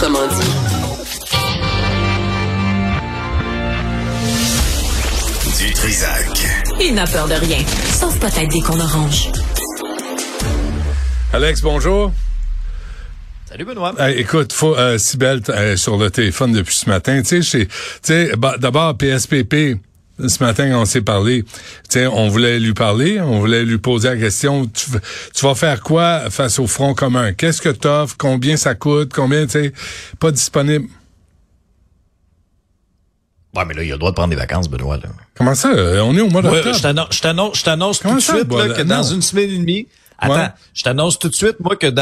Autrement dit. Du Trisac. Il n'a peur de rien, sauf peut-être des qu'on orange. Alex, bonjour. Salut Benoît. Écoute, Cybelle sur le téléphone depuis ce matin. Tu sais, d'abord PSPP. Ce matin, on s'est parlé. Tu sais, on voulait lui parler, on voulait lui poser la question. Tu vas faire quoi face au Front commun? Qu'est-ce que t'offres? Combien ça coûte? Combien, tu sais, pas disponible? Ouais, mais là, il a le droit de prendre des vacances, Benoît, là. Comment ça? On est au mois d'octobre. Je t'annonce tout de suite, là, que dans une semaine et demie. Attends, je t'annonce tout de suite, moi, que dans...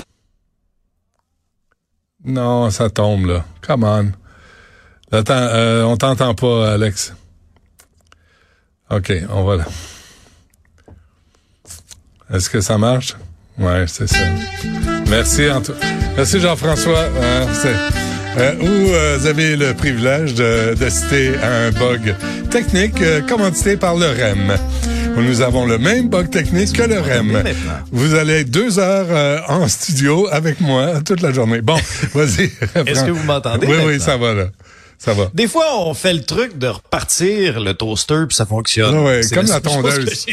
Non, ça tombe, là. Come on. Attends, on t'entend pas, Alex. OK, on va là. Est-ce que ça marche? Ouais, c'est ça. Merci, Merci, Jean-François. Vous avez le privilège d'assister à un bug technique commandité par le REM. Nous avons le même bug technique que le REM. Vous allez être 2 heures en studio avec moi toute la journée. Bon, vas-y. Est-ce que vous m'entendez? Oui, ça va là. Ça va. Des fois, on fait le truc de repartir le toaster puis ça fonctionne. Oui, comme la tondeuse.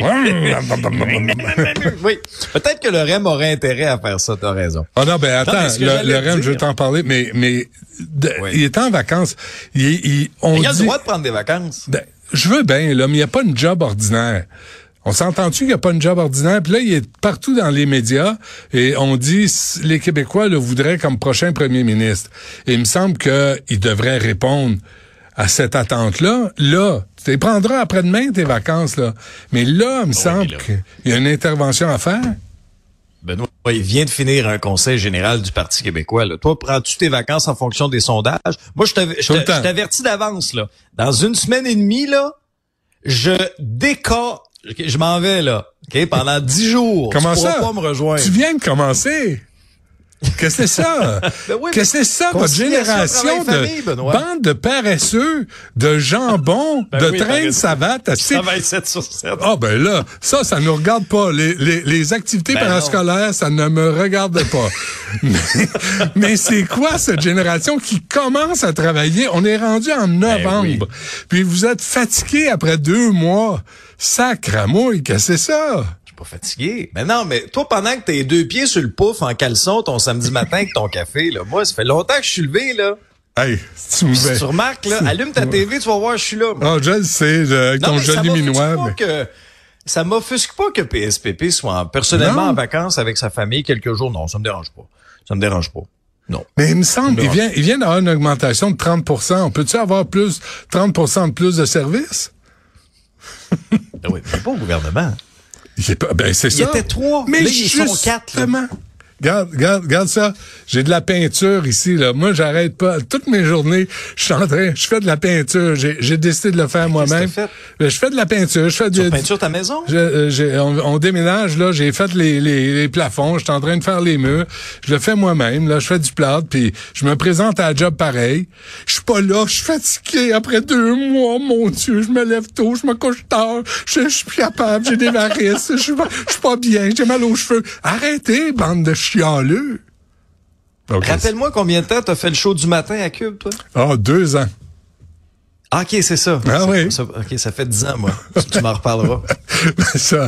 Oui. Peut-être que le REM aurait intérêt à faire ça, t'as raison. Ah non, ben attends, le REM, je vais t'en parler, mais il est en vacances. Il a le droit de prendre des vacances. Je veux bien, là, mais il n'y a pas une job ordinaire. On s'entend-tu qu'il n'y a pas une job ordinaire? Puis là, il est partout dans les médias et on dit les Québécois le voudraient comme prochain premier ministre. Et il me semble qu'il devrait répondre à cette attente-là. Là, tu les prendras après-demain, tes vacances, là. Mais là, il me semble qu'il y a une intervention à faire. Benoît, il vient de finir un conseil général du Parti québécois. Là. Toi, prends-tu tes vacances en fonction des sondages? Moi, je t'avertis d'avance. Là. Dans une semaine et demie, là, je m'en vais, là. OK? Pendant 10 jours. Comment tu ça? pourras pas me rejoindre. Tu viens de commencer. Qu'est-ce que c'est ça? Ben oui, qu'est-ce que c'est ça, votre génération de bande de paresseux, de jambons, de train de savate? Je travaille 7 sur 7. Ah, ben là, ça nous regarde pas. Les activités parascolaires, ça ne me regarde pas. mais c'est quoi cette génération qui commence à travailler? On est rendu en novembre. Puis vous êtes fatigué après 2 mois. Sacramouille, qu'est-ce que c'est ça? Pas fatigué. Mais non, mais toi, pendant que t'es 2 pieds sur le pouf en caleçon ton samedi matin avec ton café, là, moi, ça fait longtemps que je suis levé, là. Hey, si tu remarques, là, allume ta TV, tu vas voir, je suis là. Ah, je le sais, avec ton joli minois. Ça m'offusque pas que PSPP soit personnellement en vacances avec sa famille quelques jours. Non, ça me dérange pas. Ça me dérange pas. Non. Mais il me semble, il vient d'avoir une augmentation de 30%. On peut-tu avoir 30% de plus de services? Oui, mais pas au gouvernement. C'est ça. Il était 3, mais là, ils sont 4. Regarde ça. J'ai de la peinture ici, là. Moi, j'arrête pas. Toutes mes journées, je fais de la peinture. J'ai décidé de le faire moi-même. Je fais de la peinture. Tu peintures ta maison? On déménage, là. J'ai fait les plafonds. Je suis en train de faire les murs. Je le fais moi-même, là. Je fais du plâtre, puis je me présente à la job pareil. Je suis pas là. Je suis fatigué après 2 mois. Mon Dieu, je me lève tôt. Je me couche tard. Je suis plus capable. J'ai des varices. Je suis pas bien. J'ai mal aux cheveux. Arrêtez, bande de chialeux. Okay. Rappelle-moi combien de temps t'as fait le show du matin à Cube, toi? 2 ans. Ah, OK, c'est ça. Ah oui. OK, ça fait 10 ans, moi. Tu m'en reparleras. Ça,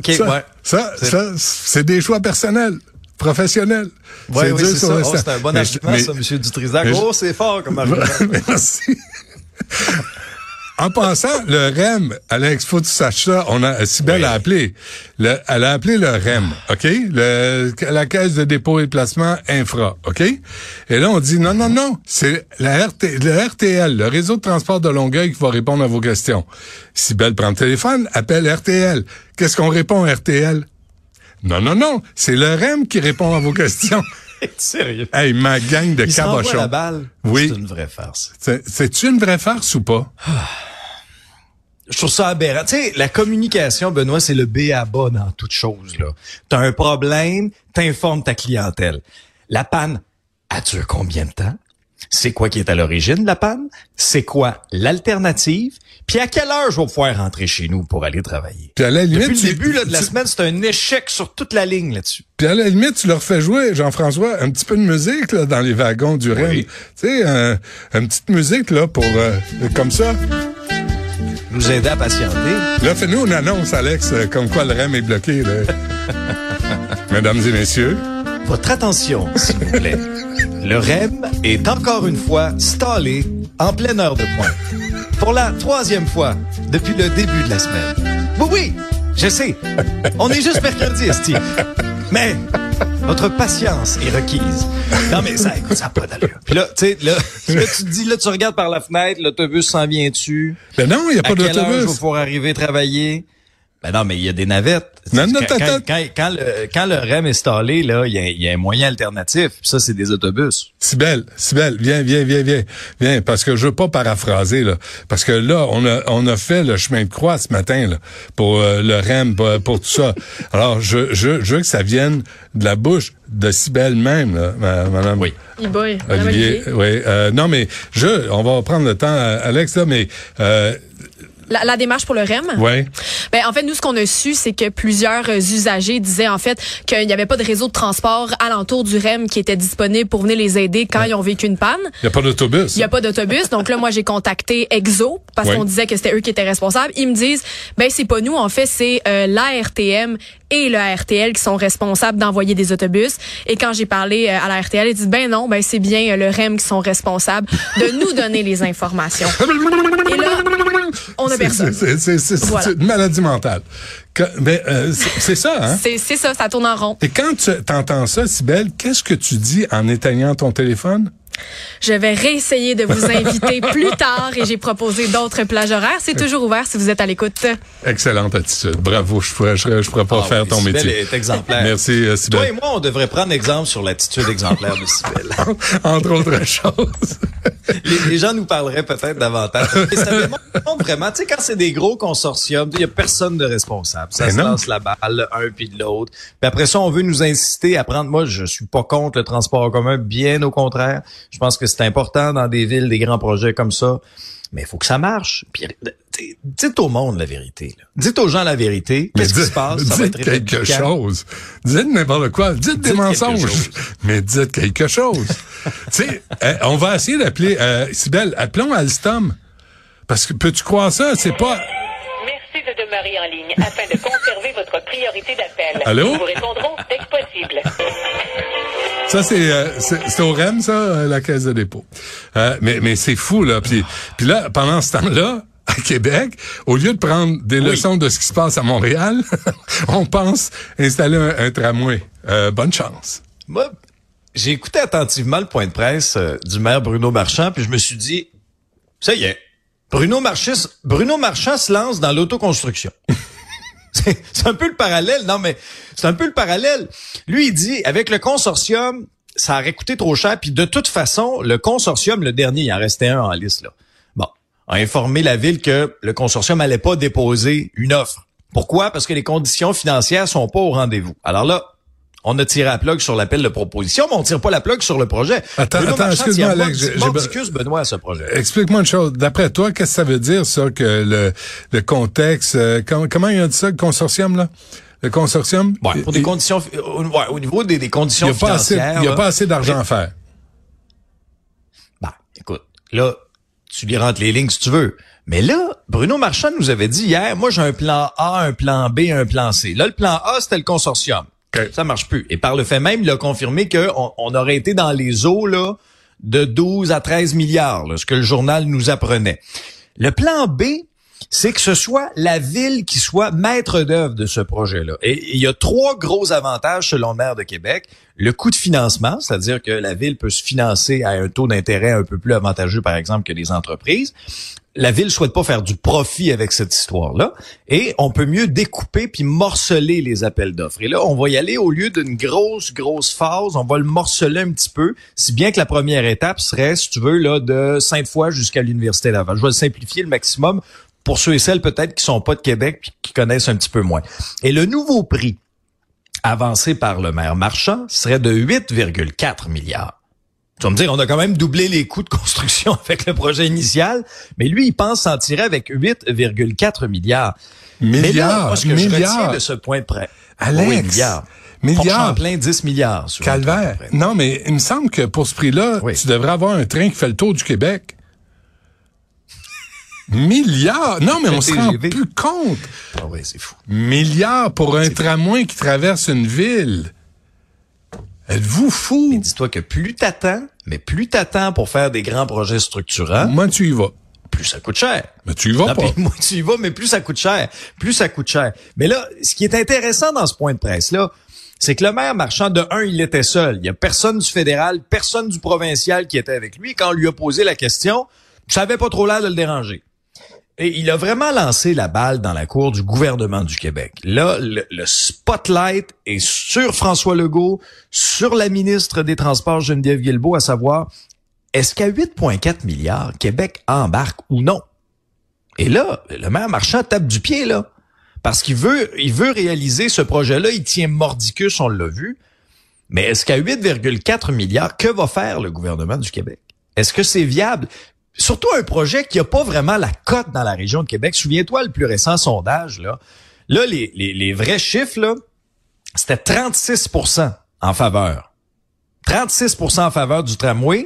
c'est des choix personnels, professionnels. Oui, c'est ça. C'est un bon argument, ça, M. Dutrisac. C'est fort comme argument. Merci. En passant, le REM, Alex, faut que tu saches ça. Cybelle a appelé. Elle a appelé le REM, OK? La Caisse de dépôt et placement infra, OK? Et là, on dit non, c'est le RTL, le réseau de transport de Longueuil qui va répondre à vos questions. Cybelle prend le téléphone, appelle RTL. Qu'est-ce qu'on répond à RTL? Non, c'est le REM qui répond à vos questions. Sérieux? Hey, ma gang de cabochons. La balle. Oui. C'est une vraie farce. C'est-tu une vraie farce ou pas? Je trouve ça aberrant. Tu sais, la communication, Benoît, c'est le b.a.-ba dans toute chose, là. T'as un problème, t'informes ta clientèle. La panne, elle dure combien de temps? C'est quoi qui est à l'origine de la panne? C'est quoi l'alternative? Puis à quelle heure je vais pouvoir rentrer chez nous pour aller travailler? Puis à la limite, depuis le début de la semaine, c'est un échec sur toute la ligne là-dessus. Puis à la limite, tu leur fais jouer, Jean-François, un petit peu de musique là, dans les wagons du REM. Oui. Tu sais, une petite musique là pour comme ça. Nous aider à patienter. Là, fais-nous une annonce, Alex, comme quoi le REM est bloqué. Là. Mesdames et messieurs. Votre attention, s'il vous plaît. Le REM est encore une fois stallé en pleine heure de pointe. Pour la 3e fois depuis le début de la semaine. Oui, je sais. On est juste mercredi, esti. Mais votre patience est requise. Non, mais ça, écoute, ça n'a pas d'allure. Puis là, tu sais, là, tu te dis, là, tu regardes par la fenêtre, l'autobus s'en vient dessus. Ben non, il n'y a pas d'autobus. À quelle heure je vais pouvoir arriver travailler? Ben non, mais il y a des navettes. Non, quand le REM est stallé, là, il y a un moyen alternatif. Puis ça, c'est des autobus. Sibelle, viens, parce que je veux pas paraphraser, là. Parce que là, on a fait le chemin de croix ce matin, là, pour le REM, pour tout ça. Alors, je veux que ça vienne de la bouche de Sibelle même, là, madame. Oui. Olivier. Oui. Non, mais on va prendre le temps, Alex, là, mais, La démarche pour le REM? Oui. Ben, en fait, nous, ce qu'on a su, c'est que plusieurs usagers disaient, en fait, qu'il n'y avait pas de réseau de transport alentour du REM qui était disponible pour venir les aider quand ils ont vécu une panne. Il n'y a pas d'autobus. Il n'y a pas d'autobus. Donc là, moi, j'ai contacté Exo parce qu'on disait que c'était eux qui étaient responsables. Ils me disent, ben, c'est pas nous. En fait, c'est l'ARTM et le ARTL qui sont responsables d'envoyer des autobus. Et quand j'ai parlé à la RTL, ils disent, ben non, ben c'est bien le REM qui sont responsables de nous donner les informations. Et là, on a personne. C'est une maladie mentale. C'est ça, hein? C'est ça, ça tourne en rond. Et quand tu entends ça, Sibelle, qu'est-ce que tu dis en éteignant ton téléphone? Je vais réessayer de vous inviter plus tard et j'ai proposé d'autres plages horaires. C'est toujours ouvert si vous êtes à l'écoute. Excellente attitude. Bravo. Je pourrais pas faire ton Cybèle métier. est exemplaire. Merci, Sibelle. Toi et moi, on devrait prendre exemple sur l'attitude exemplaire de Cybèle. Entre autres choses. Les gens nous parleraient peut-être davantage. Et ça démontre vraiment, tu sais, quand c'est des gros consortiums, il y a personne de responsable. Ça se lance la balle, un puis de l'autre. Puis après ça, on veut nous inciter à prendre. Moi, je suis pas contre le transport en commun, bien au contraire. Je pense que c'est important dans des villes, des grands projets comme ça. Mais il faut que ça marche. Puis, dites au monde la vérité. Là. Dites aux gens la vérité. Qu'est-ce qui se passe? Ça va être quelque chose. Dites n'importe quoi. Dites des mensonges. Mais dites quelque chose. Tu sais, on va essayer d'appeler Cybèle. Appelons Alstom. Parce que peux-tu croire ça? C'est pas... Merci de demeurer en ligne afin de conserver votre priorité d'appel. Allô? Nous vous répondrons dès que possible. Ça, c'est au REM, ça, la caisse de dépôt. Mais c'est fou, là. Puis là, pendant ce temps-là, à Québec, au lieu de prendre des leçons de ce qui se passe à Montréal, on pense installer un tramway. Bonne chance. Moi, j'ai écouté attentivement le point de presse du maire Bruno Marchand, puis je me suis dit, ça y est, Bruno Marchand se lance dans l'autoconstruction. C'est un peu le parallèle. Non, mais c'est un peu le parallèle. Lui, il dit, avec le consortium, ça aurait coûté trop cher. Puis de toute façon, le consortium, le dernier, il en restait un en liste, là. Bon, a informé la ville que le consortium allait pas déposer une offre. Pourquoi? Parce que les conditions financières sont pas au rendez-vous. Alors là, on a tiré la plug sur l'appel de proposition, mais on tire pas la plug sur le projet. Attends, excuse-moi, Alex. J'ai mordicus, Benoît, à ce projet. Explique-moi une chose. D'après toi, qu'est-ce que ça veut dire, ça, que le contexte, comment il a dit ça, le consortium, là? Le consortium? Ouais, pour des conditions, au niveau des conditions financières. Il n'y a pas assez d'argent à faire. Ben, écoute, là, tu lui rentres les lignes si tu veux. Mais là, Bruno Marchand nous avait dit hier, moi, j'ai un plan A, un plan B, un plan C. Là, le plan A, c'était le consortium. Okay. Ça marche plus. Et par le fait même, il a confirmé qu'on aurait été dans les eaux là de 12 à 13 milliards, là, ce que le journal nous apprenait. Le plan B, c'est que ce soit la ville qui soit maître d'œuvre de ce projet-là. Et il y a 3 gros avantages selon le maire de Québec. Le coût de financement, c'est-à-dire que la ville peut se financer à un taux d'intérêt un peu plus avantageux, par exemple, que les entreprises. La ville souhaite pas faire du profit avec cette histoire-là. Et on peut mieux découper puis morceler les appels d'offres. Et là, on va y aller au lieu d'une grosse phase, on va le morceler un petit peu, si bien que la première étape serait, si tu veux, là, de Sainte-Foy jusqu'à l'Université Laval. Je vais le simplifier le maximum pour ceux et celles peut-être qui sont pas de Québec puis qui connaissent un petit peu moins. Et le nouveau prix avancé par le maire Marchand serait de 8,4 milliards. Tu vas me dire, on a quand même doublé les coûts de construction avec le projet initial, mais lui, il pense s'en tirer avec 8,4 milliards. Mais là, moi, ce que je retiens de ce point de près. Alex, oui, milliards. Milliards. Plein 10 milliards. Calvaire. Non, mais il me semble que pour ce prix-là, tu devrais avoir un train qui fait le tour du Québec. Milliards? Non, mais on se rend plus compte. Ah oui, c'est fou. Milliards pour un tramway qui traverse une ville. Êtes-vous fou? Mais dis-toi que plus t'attends pour faire des grands projets structurants. Moi, tu y vas. Plus ça coûte cher. Mais tu y vas pas. Moi, tu y vas, mais plus ça coûte cher. Mais là, ce qui est intéressant dans ce point de presse-là, c'est que le maire Marchand, de un, il était seul. Il y a personne du fédéral, personne du provincial qui était avec lui. Quand on lui a posé la question, ça avait pas trop l'air de le déranger. Et il a vraiment lancé la balle dans la cour du gouvernement du Québec. Là, le spotlight est sur François Legault, sur la ministre des Transports, Geneviève Guilbeault, à savoir, est-ce qu'à 8,4 milliards, Québec embarque ou non? Et là, le maire Marchand tape du pied, là. Parce qu'il veut réaliser ce projet-là, il tient mordicus, on l'a vu. Mais est-ce qu'à 8,4 milliards, que va faire le gouvernement du Québec? Est-ce que c'est viable? Surtout un projet qui a pas vraiment la cote dans la région de Québec. Souviens-toi, le plus récent sondage, là. Là, les vrais chiffres, là, c'était 36% en faveur. 36% en faveur du tramway,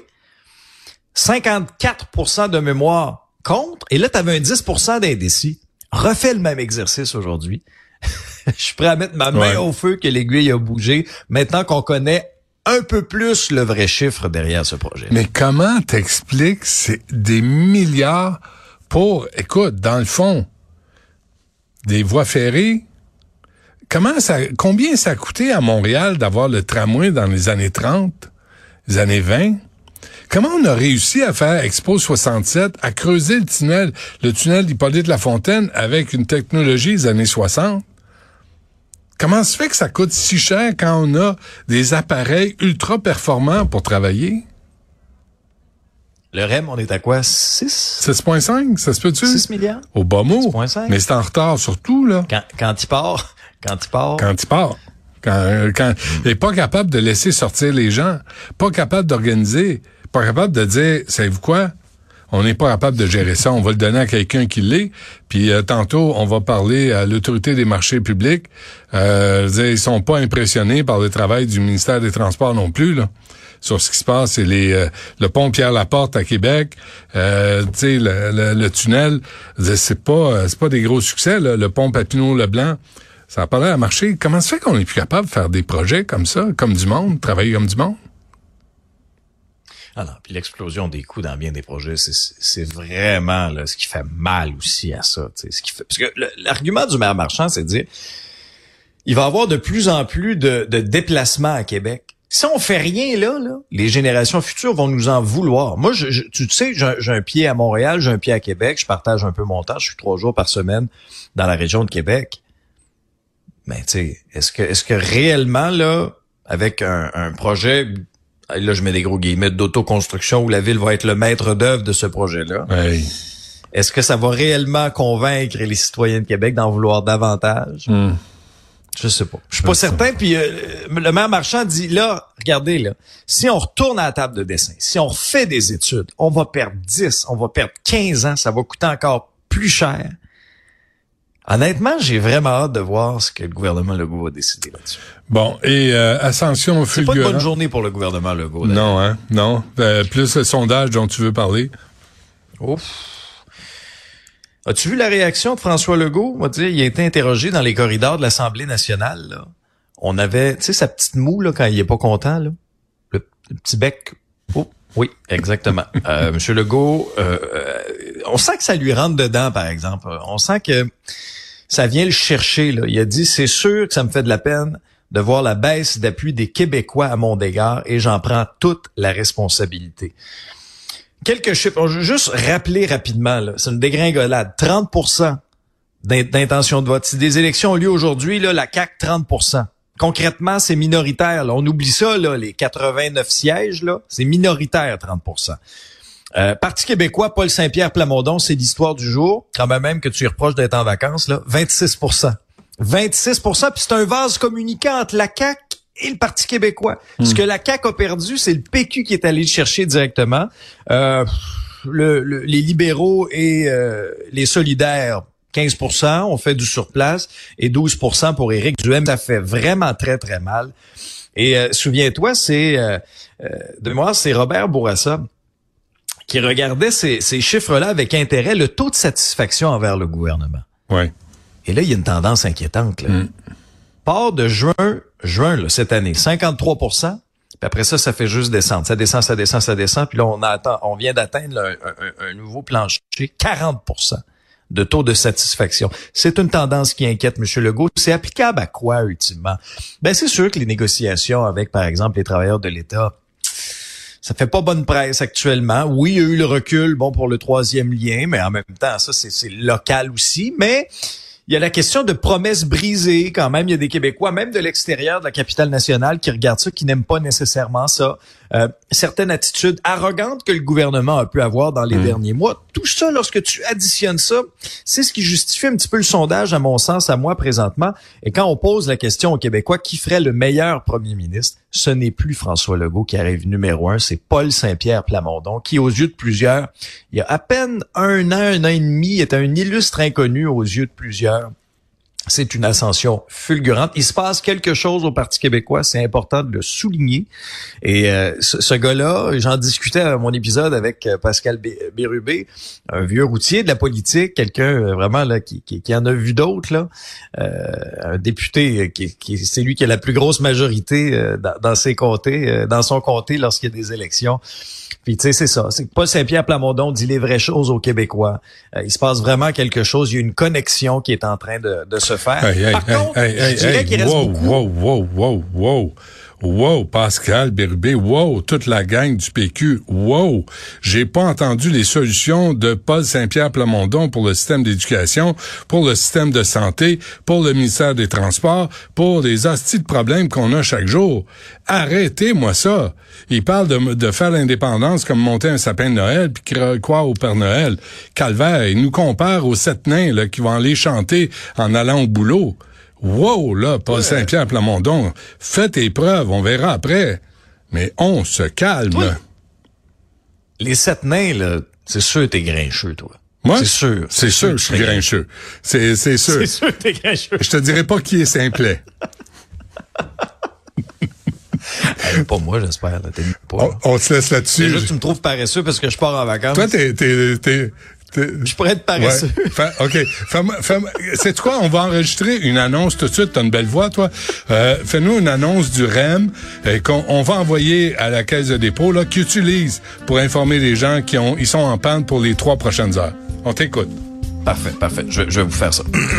54% de mémoire contre, et là, tu avais un 10% d'indécis. Refais le même exercice aujourd'hui. Je suis prêt à mettre ma main au feu que l'aiguille a bougé, maintenant qu'on connaît un peu plus le vrai chiffre derrière ce projet. Mais comment t'expliques c'est des milliards pour, écoute, dans le fond, des voies ferrées? Combien ça a coûté à Montréal d'avoir le tramway dans les années 30, les années 20? Comment on a réussi à faire Expo 67, à creuser le tunnel d'Hippolyte-Lafontaine avec une technologie des années 60? Comment se fait que ça coûte si cher quand on a des appareils ultra performants pour travailler? Le REM, on est à quoi? 6? 6,5, ça se peut-tu? 6 milliards? Au bas mot. 6,5. Mais c'est en retard surtout, là. Quand il part. Quand il est pas capable de laisser sortir les gens, pas capable d'organiser, pas capable de dire, savez-vous quoi? On n'est pas capable de gérer ça. On va le donner à quelqu'un qui l'est. Puis tantôt, on va parler à l'autorité des marchés publics. Ils sont pas impressionnés par le travail du ministère des Transports non plus, là. Sur ce qui se passe, c'est le pont Pierre-Laporte à Québec, le tunnel, c'est pas des gros succès, là. Le pont Papineau-Leblanc, ça a pas l'air à marcher. Comment se fait qu'on est plus capable de faire des projets comme ça, comme du monde, travailler comme du monde? Ah non, puis l'explosion des coûts dans bien des projets, c'est vraiment là ce qui fait mal aussi à ça. Parce que l'argument du maire Marchand, c'est de dire il va y avoir de plus en plus de déplacements à Québec. Si on fait rien là, les générations futures vont nous en vouloir. Moi, tu sais, j'ai un pied à Montréal, j'ai un pied à Québec, je partage un peu mon temps, je suis 3 jours par semaine dans la région de Québec. Mais tu sais, est-ce que réellement là, avec un projet, là je mets des gros guillemets, d'autoconstruction où la ville va être le maître d'œuvre de ce projet-là, est-ce que ça va réellement convaincre les citoyens de Québec d'en vouloir davantage? Je sais pas. Je suis pas certain. Puis le maire Marchand dit, là, regardez, là, si on retourne à la table de dessin, si on refait des études, on va perdre 10, on va perdre 15 ans, ça va coûter encore plus cher. Honnêtement, j'ai vraiment hâte de voir ce que le gouvernement Legault va décider là-dessus. Bon, et ascension fulgurante. C'est pas une bonne journée pour le gouvernement Legault. Non, hein? Non. Plus le sondage dont tu veux parler. Ouf. As-tu vu la réaction de François Legault? On va dire, il a été interrogé dans les corridors de l'Assemblée nationale, là. On avait, tu sais, sa petite moue, là, quand il est pas content, là. Le petit bec. Oh, oui, exactement. Monsieur Legault, on sent que ça lui rentre dedans, par exemple. On sent que ça vient le chercher, là. Il a dit, c'est sûr que ça me fait de la peine de voir la baisse d'appui des Québécois à mon égard et j'en prends toute la responsabilité. Quelques chiffres. Je vais juste rappeler rapidement, là. C'est une dégringolade. 30% d'intention de vote. Si des élections ont lieu aujourd'hui, là, la CAQ, 30%. Concrètement, c'est minoritaire, là. On oublie ça, là, les 89 sièges, là. C'est minoritaire, 30%. Parti québécois, Paul Saint-Pierre Plamondon, c'est l'histoire du jour. Quand même que tu lui reproches d'être en vacances, là. 26%. 26%, puis c'est un vase communicant entre la CAQ et le Parti québécois. Ce que la CAQ a perdu, c'est le PQ qui est allé le chercher directement. Les libéraux et les solidaires, 15%, ont fait du surplace, et 12% pour Éric Duhaime. Ça fait vraiment très, très mal. Et souviens-toi, de mémoire, c'est Robert Bourassa qui regardait ces chiffres-là avec intérêt, le taux de satisfaction envers le gouvernement. Ouais. Et là, il y a une tendance inquiétante. Là. Part de juin là, cette année, 53%. Puis après ça fait juste descendre. Ça descend. Puis là, on vient d'atteindre un nouveau plancher, 40% de taux de satisfaction. C'est une tendance qui inquiète M. Legault. C'est applicable à quoi, ultimement? Ben, c'est sûr que les négociations avec, par exemple, les travailleurs de l'État, ça fait pas bonne presse actuellement. Oui, il y a eu le recul, pour le 3e lien, mais en même temps, ça, c'est local aussi. Mais il y a la question de promesses brisées quand même. Il y a des Québécois, même de l'extérieur de la capitale nationale, qui regardent ça, qui n'aiment pas nécessairement ça. Certaines attitudes arrogantes que le gouvernement a pu avoir dans les derniers mois. Tout ça, lorsque tu additionnes ça, c'est ce qui justifie un petit peu le sondage, à mon sens, à moi présentement. Et quand on pose la question aux Québécois, qui ferait le meilleur premier ministre, ce n'est plus François Legault qui arrive numéro 1, c'est Paul Saint-Pierre Plamondon, qui, aux yeux de plusieurs, il y a à peine un an et demi, est un illustre inconnu aux yeux de plusieurs. C'est une ascension fulgurante. Il se passe quelque chose au Parti québécois, c'est important de le souligner. Et ce gars-là, j'en discutais à mon épisode avec Pascal Bérubé, un vieux routier de la politique, quelqu'un vraiment là qui en a vu d'autres là, un député c'est lui qui a la plus grosse majorité dans ses comtés, dans son comté lorsqu'il y a des élections. Puis tu sais, c'est ça. C'est que Paul Saint-Pierre Plamondon dit les vraies choses aux Québécois. Il se passe vraiment quelque chose. Il y a une connexion qui est en train de se faire. Par contre, je dirais qu'il reste beaucoup... Wow, Pascal Bérubé, wow, toute la gang du PQ, wow. J'ai pas entendu les solutions de Paul Saint-Pierre Plamondon pour le système d'éducation, pour le système de santé, pour le ministère des Transports, pour les hosties de problèmes qu'on a chaque jour. Arrêtez-moi ça. Il parle de faire l'indépendance comme monter un sapin de Noël puis croire au Père Noël. Calvaire, il nous compare aux 7 nains là, qui vont aller chanter en allant au boulot. Wow, là, Paul Saint-Pierre Plamondon, fais tes preuves, on verra après. Mais on se calme. Toi, les 7 nains, là, c'est sûr que t'es grincheux, toi. Moi? C'est sûr. C'est sûr que je suis grincheux. C'est sûr. C'est sûr que t'es grincheux. Je te dirais pas qui est simplet. Pas moi, j'espère. Là, pas, on se laisse là-dessus. C'est juste que tu me trouves paresseux parce que je pars en vacances. Toi, je pourrais être paresseux. Ouais. OK. C'est quoi? On va enregistrer une annonce tout de suite. T'as une belle voix, toi. Fais-nous une annonce du REM qu'on va envoyer à la Caisse de dépôt, là, qu'ils utilisent pour informer les gens ils sont en panne pour les 3 prochaines heures. On t'écoute. Parfait. Je vais vous faire ça.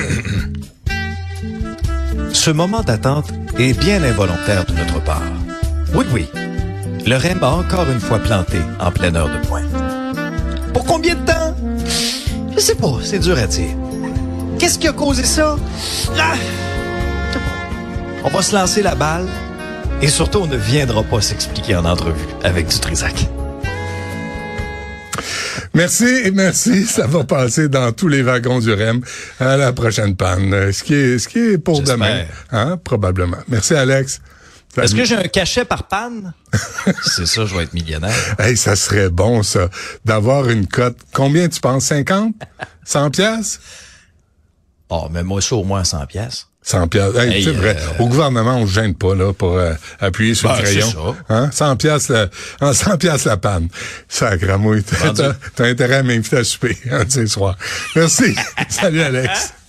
Ce moment d'attente est bien involontaire de notre part. Oui. Le REM a encore une fois planté en pleine heure de pointe. Pour combien de temps? Je sais pas, c'est dur à dire. Qu'est-ce qui a causé ça? On va se lancer la balle et surtout, on ne viendra pas s'expliquer en entrevue avec du Trisac. Merci. Ça va passer dans tous les wagons du REM à la prochaine panne. Ce qui est pour demain, hein, probablement. Merci, Alex. Est-ce que j'ai un cachet par panne? C'est ça, je vais être millionnaire. Hey, ça serait bon, ça, d'avoir une cote. Combien tu penses? 50? 100 piastres? Oh, mais moi, ça au moins 100 piastres. 100 piastres. Hey, c'est vrai. Au gouvernement, on se gêne pas, là, pour appuyer sur le crayon. C'est ça. Hein? 100 piastres la panne. Sacramouille. T'as intérêt à m'inviter à souper, un de ces soirs. Merci. Salut, Alex.